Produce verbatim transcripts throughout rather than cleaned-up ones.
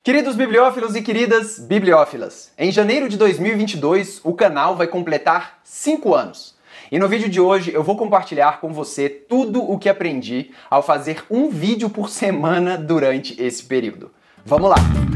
Queridos bibliófilos e queridas bibliófilas, em janeiro de dois mil e vinte e dois o canal vai completar cinco anos. E no vídeo de hoje eu vou compartilhar com você tudo o que aprendi ao fazer um vídeo por semana durante esse período. Vamos lá!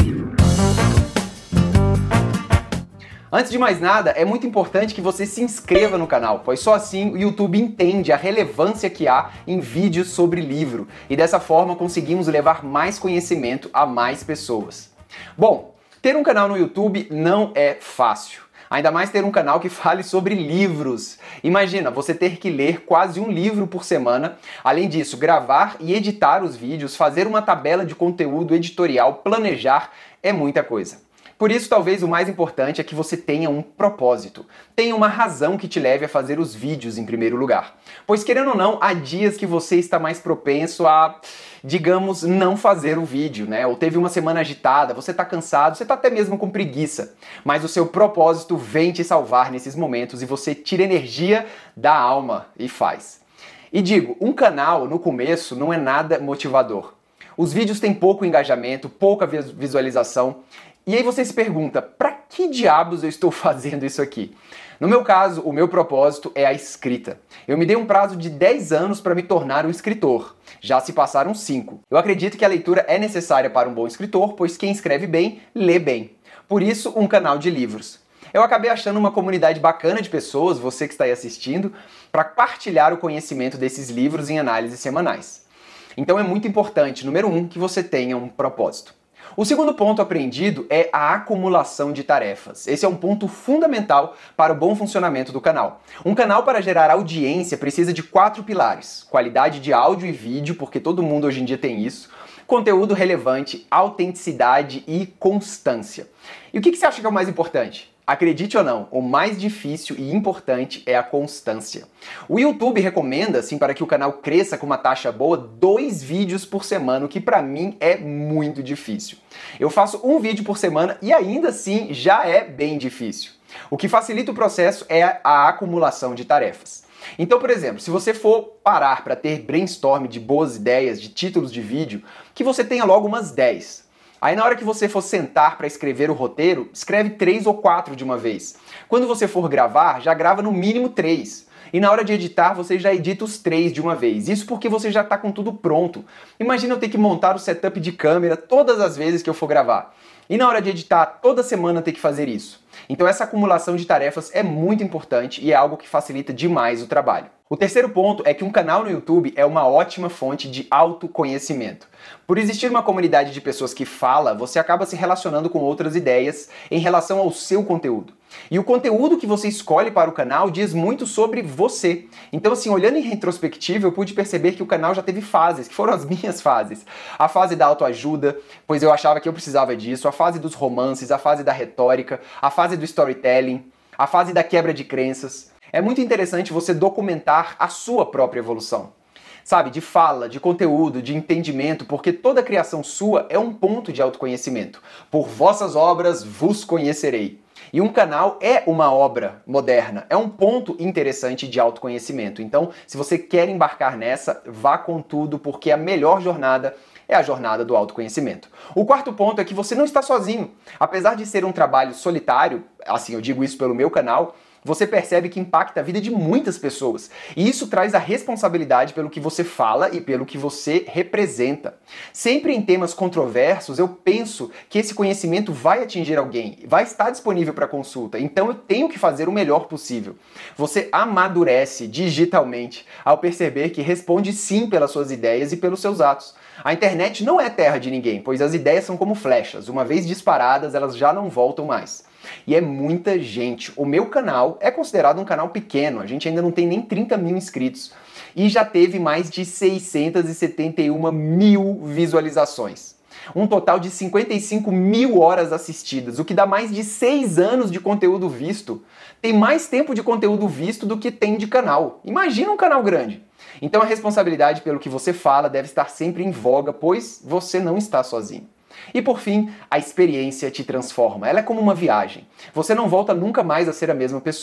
Antes de mais nada, é muito importante que você se inscreva no canal, pois só assim o YouTube entende a relevância que há em vídeos sobre livro e dessa forma conseguimos levar mais conhecimento a mais pessoas. Bom, ter um canal no YouTube não é fácil. Ainda mais ter um canal que fale sobre livros. Imagina, você ter que ler quase um livro por semana, além disso, gravar e editar os vídeos, fazer uma tabela de conteúdo editorial, planejar, é muita coisa. Por isso, talvez o mais importante é que você tenha um propósito, tenha uma razão que te leve a fazer os vídeos em primeiro lugar. Pois, querendo ou não, há dias que você está mais propenso a, digamos, não fazer o vídeo, né? Ou teve uma semana agitada, você está cansado, você está até mesmo com preguiça. Mas o seu propósito vem te salvar nesses momentos e você tira energia da alma e faz. E digo, um canal no começo não é nada motivador. Os vídeos têm pouco engajamento, pouca visualização. E aí você se pergunta, pra que diabos eu estou fazendo isso aqui? No meu caso, o meu propósito é a escrita. Eu me dei um prazo de dez anos para me tornar um escritor. Já se passaram cinco. Eu acredito que a leitura é necessária para um bom escritor, pois quem escreve bem, lê bem. Por isso, um canal de livros. Eu acabei achando uma comunidade bacana de pessoas, você que está aí assistindo, para partilhar o conhecimento desses livros em análises semanais. Então é muito importante, número um, que você tenha um propósito. O segundo ponto aprendido é a acumulação de tarefas. Esse é um ponto fundamental para o bom funcionamento do canal. Um canal para gerar audiência precisa de quatro pilares: qualidade de áudio e vídeo, porque todo mundo hoje em dia tem isso, conteúdo relevante, autenticidade e constância. E o que você acha que é o mais importante? Acredite ou não, o mais difícil e importante é a constância. O YouTube recomenda, assim, para que o canal cresça com uma taxa boa, dois vídeos por semana, o que para mim é muito difícil. Eu faço um vídeo por semana e ainda assim já é bem difícil. O que facilita o processo é a acumulação de tarefas. Então, por exemplo, se você for parar para ter brainstorm de boas ideias, de títulos de vídeo, que você tenha logo umas dez. Aí na hora que você for sentar para escrever o roteiro, escreve três ou quatro de uma vez. Quando você for gravar, já grava no mínimo três. E na hora de editar, você já edita os três de uma vez. Isso porque você já está com tudo pronto. Imagina eu ter que montar o setup de câmera todas as vezes que eu for gravar. E na hora de editar, toda semana ter que fazer isso. Então essa acumulação de tarefas é muito importante e é algo que facilita demais o trabalho. O terceiro ponto é que um canal no YouTube é uma ótima fonte de autoconhecimento. Por existir uma comunidade de pessoas que fala, você acaba se relacionando com outras ideias em relação ao seu conteúdo. E o conteúdo que você escolhe para o canal diz muito sobre você. Então, assim, olhando em retrospectiva, eu pude perceber que o canal já teve fases, que foram as minhas fases. A fase da autoajuda, pois eu achava que eu precisava disso, a fase dos romances, a fase da retórica, a fase do storytelling, a fase da quebra de crenças. É muito interessante você documentar a sua própria evolução. Sabe, de fala, de conteúdo, de entendimento, porque toda criação sua é um ponto de autoconhecimento. Por vossas obras vos conhecerei. E um canal é uma obra moderna, é um ponto interessante de autoconhecimento. Então, se você quer embarcar nessa, vá com tudo, porque a melhor jornada é a jornada do autoconhecimento. O quarto ponto é que você não está sozinho. Apesar de ser um trabalho solitário, assim, eu digo isso pelo meu canal, você percebe que impacta a vida de muitas pessoas. E isso traz a responsabilidade pelo que você fala e pelo que você representa. Sempre em temas controversos, eu penso que esse conhecimento vai atingir alguém, vai estar disponível para consulta, então eu tenho que fazer o melhor possível. Você amadurece digitalmente ao perceber que responde sim pelas suas ideias e pelos seus atos. A internet não é terra de ninguém, pois as ideias são como flechas. Uma vez disparadas, elas já não voltam mais. E é muita gente. O meu canal é considerado um canal pequeno, a gente ainda não tem nem trinta mil inscritos. E já teve mais de seiscentas e setenta e uma mil visualizações. Um total de cinquenta e cinco mil horas assistidas, o que dá mais de seis anos de conteúdo visto. Tem mais tempo de conteúdo visto do que tem de canal. Imagina um canal grande. Então a responsabilidade pelo que você fala deve estar sempre em voga, pois você não está sozinho. E por fim, a experiência te transforma. Ela é como uma viagem. Você não volta nunca mais a ser a mesma pessoa.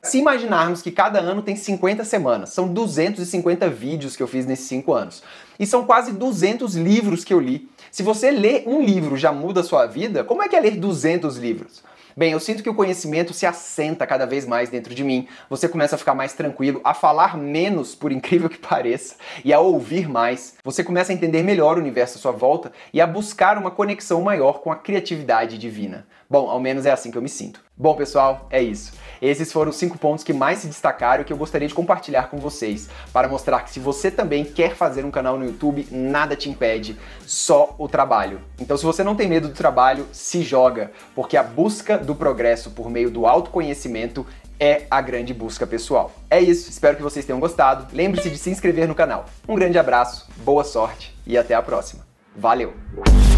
Se imaginarmos que cada ano tem cinquenta semanas, são duzentos e cinquenta vídeos que eu fiz nesses cinco anos. E são quase duzentos livros que eu li. Se você lê um livro já muda a sua vida, como é que é ler duzentos livros? Bem, eu sinto que o conhecimento se assenta cada vez mais dentro de mim, você começa a ficar mais tranquilo, a falar menos, por incrível que pareça, e a ouvir mais. Você começa a entender melhor o universo à sua volta e a buscar uma conexão maior com a criatividade divina. Bom, ao menos é assim que eu me sinto. Bom, pessoal, é isso. Esses foram os cinco pontos que mais se destacaram e que eu gostaria de compartilhar com vocês, para mostrar que se você também quer fazer um canal no YouTube, nada te impede, só o trabalho. Então, se você não tem medo do trabalho, se joga, porque a busca do progresso por meio do autoconhecimento é a grande busca pessoal. É isso, espero que vocês tenham gostado. Lembre-se de se inscrever no canal. Um grande abraço, boa sorte e até a próxima. Valeu!